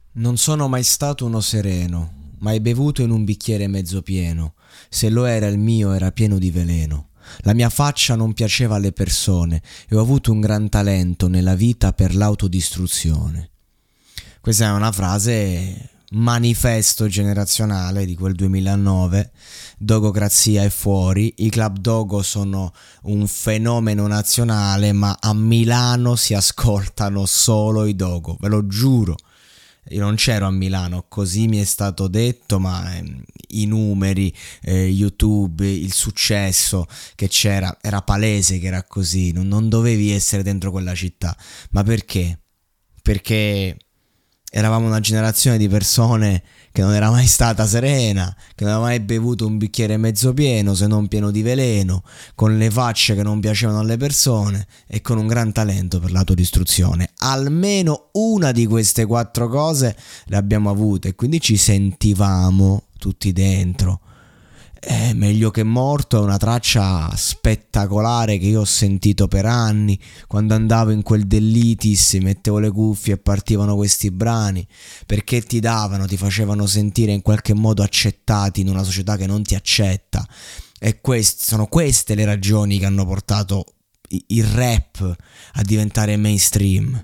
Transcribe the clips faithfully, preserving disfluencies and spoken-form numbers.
Non sono mai stato uno sereno, mai bevuto in un bicchiere mezzo pieno. Se lo era il mio era pieno di veleno. La mia faccia non piaceva alle persone e ho avuto un gran talento nella vita per l'autodistruzione. Questa è una frase manifesto generazionale di quel duemilanove. Dogocrazia è fuori, i club dogo sono un fenomeno nazionale, ma a Milano si ascoltano solo i dogo, ve lo giuro. Io non c'ero a Milano, così mi è stato detto, ma ehm, i numeri, eh, YouTube, il successo che c'era, era palese che era così, non, non dovevi essere dentro quella città. Ma perché? Perché eravamo una generazione di persone che non era mai stata serena, che non aveva mai bevuto un bicchiere mezzo pieno, se non pieno di veleno, con le facce che non piacevano alle persone e con un gran talento per l'autodistruzione. Almeno una di queste quattro cose le abbiamo avute e quindi ci sentivamo tutti dentro. È Meglio che morto è una traccia spettacolare che io ho sentito per anni. Quando andavo in quel dell'Itis mettevo le cuffie e partivano questi brani, perché ti davano, ti facevano sentire in qualche modo accettati in una società che non ti accetta. E queste sono queste le ragioni che hanno portato il rap a diventare mainstream,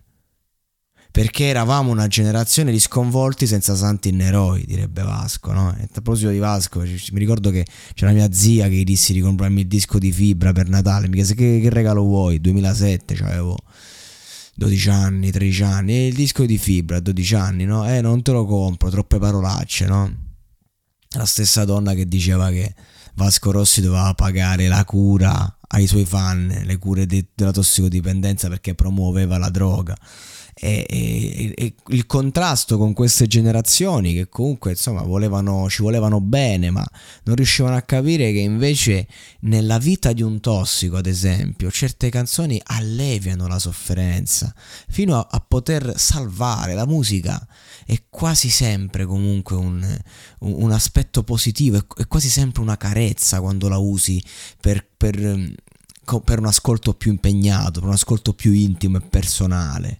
perché eravamo una generazione di sconvolti senza santi né eroi, direbbe Vasco, no? E a proposito di Vasco, mi ricordo che c'era mia zia che gli dissi di comprarmi il disco di Fibra per Natale, mi chiese che, che regalo vuoi, duemilasette, cioè avevo dodici anni, tredici anni, e il disco di Fibra a dodici anni, no? Eh, non te lo compro, troppe parolacce, no? La stessa donna che diceva che Vasco Rossi doveva pagare la cura ai suoi fan, le cure de- della tossicodipendenza perché promuoveva la droga. E, e, e il contrasto con queste generazioni che comunque insomma volevano, ci volevano bene, ma non riuscivano a capire che invece nella vita di un tossico, ad esempio, certe canzoni alleviano la sofferenza fino a, a poter salvare. La musica è quasi sempre comunque un, un, un aspetto positivo, è, è quasi sempre una carezza quando la usi per, per, per un ascolto più impegnato, per un ascolto più intimo e personale.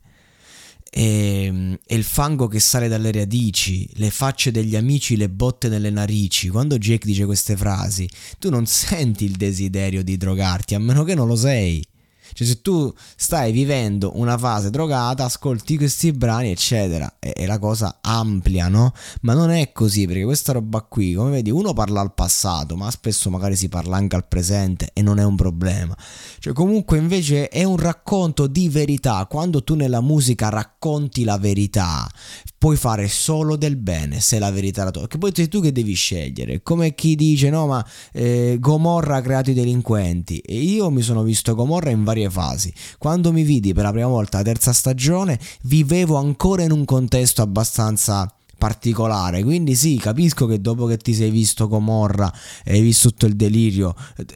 E, e il fango che sale dalle radici, le facce degli amici, le botte nelle narici. Quando Jake dice queste frasi, tu non senti il desiderio di drogarti, a meno che non lo sei. Cioè, se tu stai vivendo una fase drogata, ascolti questi brani, eccetera, e, e la cosa amplia, no? Ma non è così, perché questa roba qui, come vedi, uno parla al passato, ma spesso magari si parla anche al presente e non è un problema. Cioè, comunque, invece, è un racconto di verità. Quando tu nella musica racconti la verità, puoi fare solo del bene, se la verità è la tua. Perché poi sei tu che devi scegliere. Come chi dice, no, ma eh, Gomorra ha creato i delinquenti. E io mi sono visto Gomorra in varie fasi. Quando mi vidi per la prima volta la terza stagione, vivevo ancora in un contesto abbastanza particolare, quindi sì, capisco che dopo che ti sei visto Gomorra e hai visto tutto il delirio,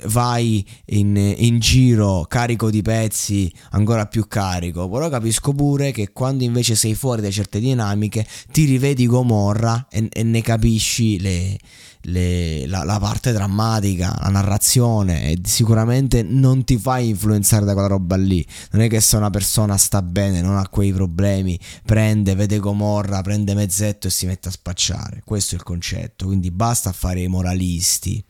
vai in, in giro carico di pezzi, ancora più carico. Però capisco pure che quando invece sei fuori da certe dinamiche ti rivedi Gomorra e, e ne capisci le Le, la, la parte drammatica, la narrazione, e sicuramente non ti fai influenzare da quella roba lì. Non è che se una persona sta bene, non ha quei problemi, prende, vede Gomorra, prende mezzetto e si mette a spacciare. Questo è il concetto, quindi basta fare i moralisti.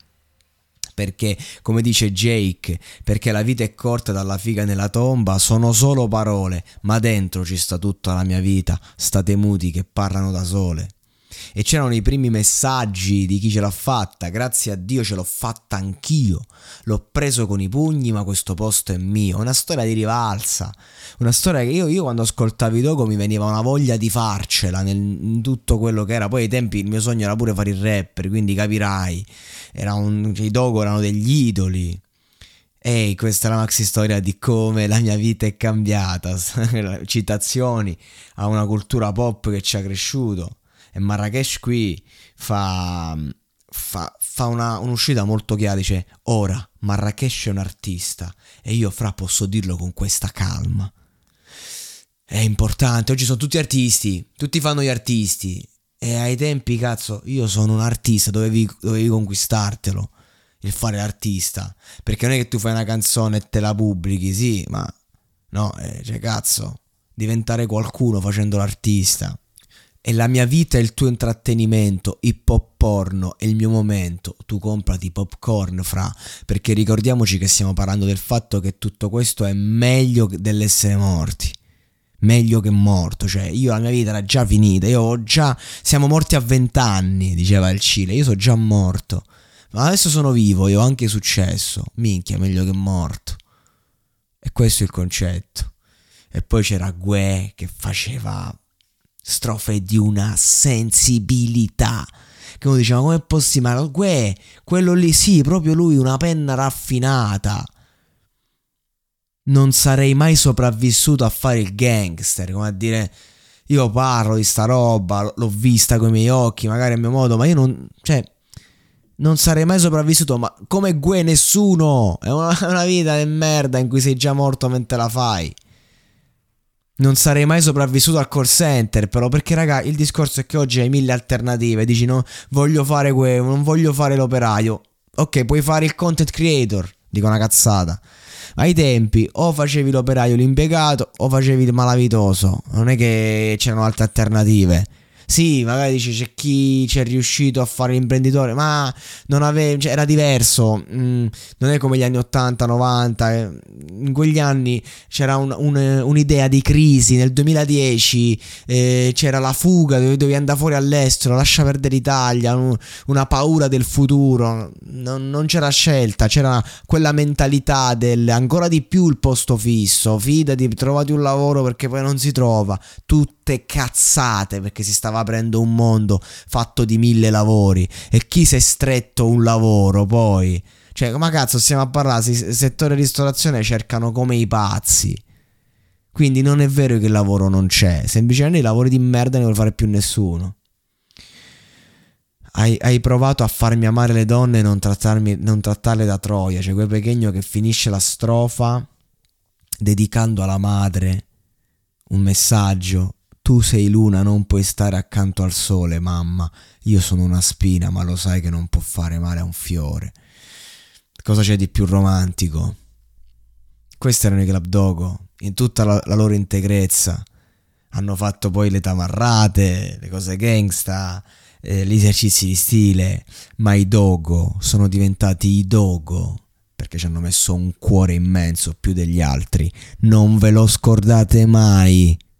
Perché, come dice Jake, perché la vita è corta dalla figa nella tomba, sono solo parole, ma dentro ci sta tutta la mia vita, state muti che parlano da sole. E c'erano i primi messaggi di chi ce l'ha fatta. Grazie a Dio ce l'ho fatta anch'io, l'ho preso con i pugni, ma questo posto è mio. Una storia di rivalsa, una storia che io, io quando ascoltavo i Dogo mi veniva una voglia di farcela nel, in tutto quello che era. Poi ai tempi il mio sogno era pure fare il rapper, quindi capirai, era un, cioè, i Dogo erano degli idoli. Ehi, questa è la maxi storia di come la mia vita è cambiata. Citazioni a una cultura pop che ci ha cresciuto. E Marrakesh qui fa, fa, fa una, un'uscita molto chiara, dice: ora Marrakesh è un artista e io fra posso dirlo con questa calma. È importante, oggi sono tutti artisti, tutti fanno gli artisti, e ai tempi, cazzo, io sono un artista, dovevi, dovevi conquistartelo il fare l'artista, perché non è che tu fai una canzone e te la pubblichi, sì, ma no, eh, cioè cazzo, diventare qualcuno facendo l'artista. E la mia vita è il tuo intrattenimento, hip hop porno è il mio momento, tu comprati popcorn fra, perché ricordiamoci che stiamo parlando del fatto che tutto questo è meglio dell'essere morti, meglio che morto, cioè io la mia vita era già finita, io ho già, siamo morti a vent'anni, diceva il Cile, io sono già morto, ma adesso sono vivo e ho anche successo, minchia, meglio che morto, e questo è il concetto. E poi c'era Gue che faceva strofe di una sensibilità che uno diceva, ma com'è possibile? Ma Gue, quello lì, sì, proprio lui, una penna raffinata. Non sarei mai sopravvissuto a fare il gangster, come a dire, io parlo di sta roba, l'ho vista con i miei occhi, magari a mio modo, ma io non, cioè, non sarei mai sopravvissuto, ma come Gue nessuno, è una, una vita di merda in cui sei già morto mentre la fai. Non sarei mai sopravvissuto al call center, però, perché raga, il discorso è che oggi hai mille alternative, dici no, voglio fare quello, non voglio fare l'operaio. Ok, puoi fare il content creator, dico una cazzata. Ai tempi o facevi l'operaio, l'impiegato, o facevi il malavitoso, non è che c'erano altre alternative. Sì, magari dici c'è chi c'è riuscito a fare l'imprenditore, ma non aveva, cioè, era diverso, mm, non è come gli anni ottanta novanta, eh. In quegli anni c'era un, un, un'idea di crisi, nel duemiladieci eh, c'era la fuga, dovevi, dovevi andare fuori all'estero, lascia perdere l'Italia, un, una paura del futuro, non, non c'era scelta, c'era quella mentalità del ancora di più il posto fisso, fidati, trovati un lavoro perché poi non si trova, tutte cazzate, perché si stava aprendo un mondo fatto di mille lavori e chi si è stretto un lavoro poi, cioè ma cazzo stiamo a parlare, il settore ristorazione cercano come i pazzi, quindi non è vero che il lavoro non c'è, semplicemente i lavori di merda ne vuole fare più nessuno. Hai, hai provato a farmi amare le donne e non, trattarmi, non trattarle da troia, cioè quel pechegno che finisce la strofa dedicando alla madre un messaggio: tu sei luna, non puoi stare accanto al sole, mamma. Io sono una spina, ma lo sai che non può fare male a un fiore. Cosa c'è di più romantico? Questi erano i Club Dogo, in tutta la, la loro integrezza. Hanno fatto poi le tamarrate, le cose gangsta, eh, gli esercizi di stile, ma i Dogo sono diventati i Dogo perché ci hanno messo un cuore immenso, più degli altri. Non ve lo scordate mai.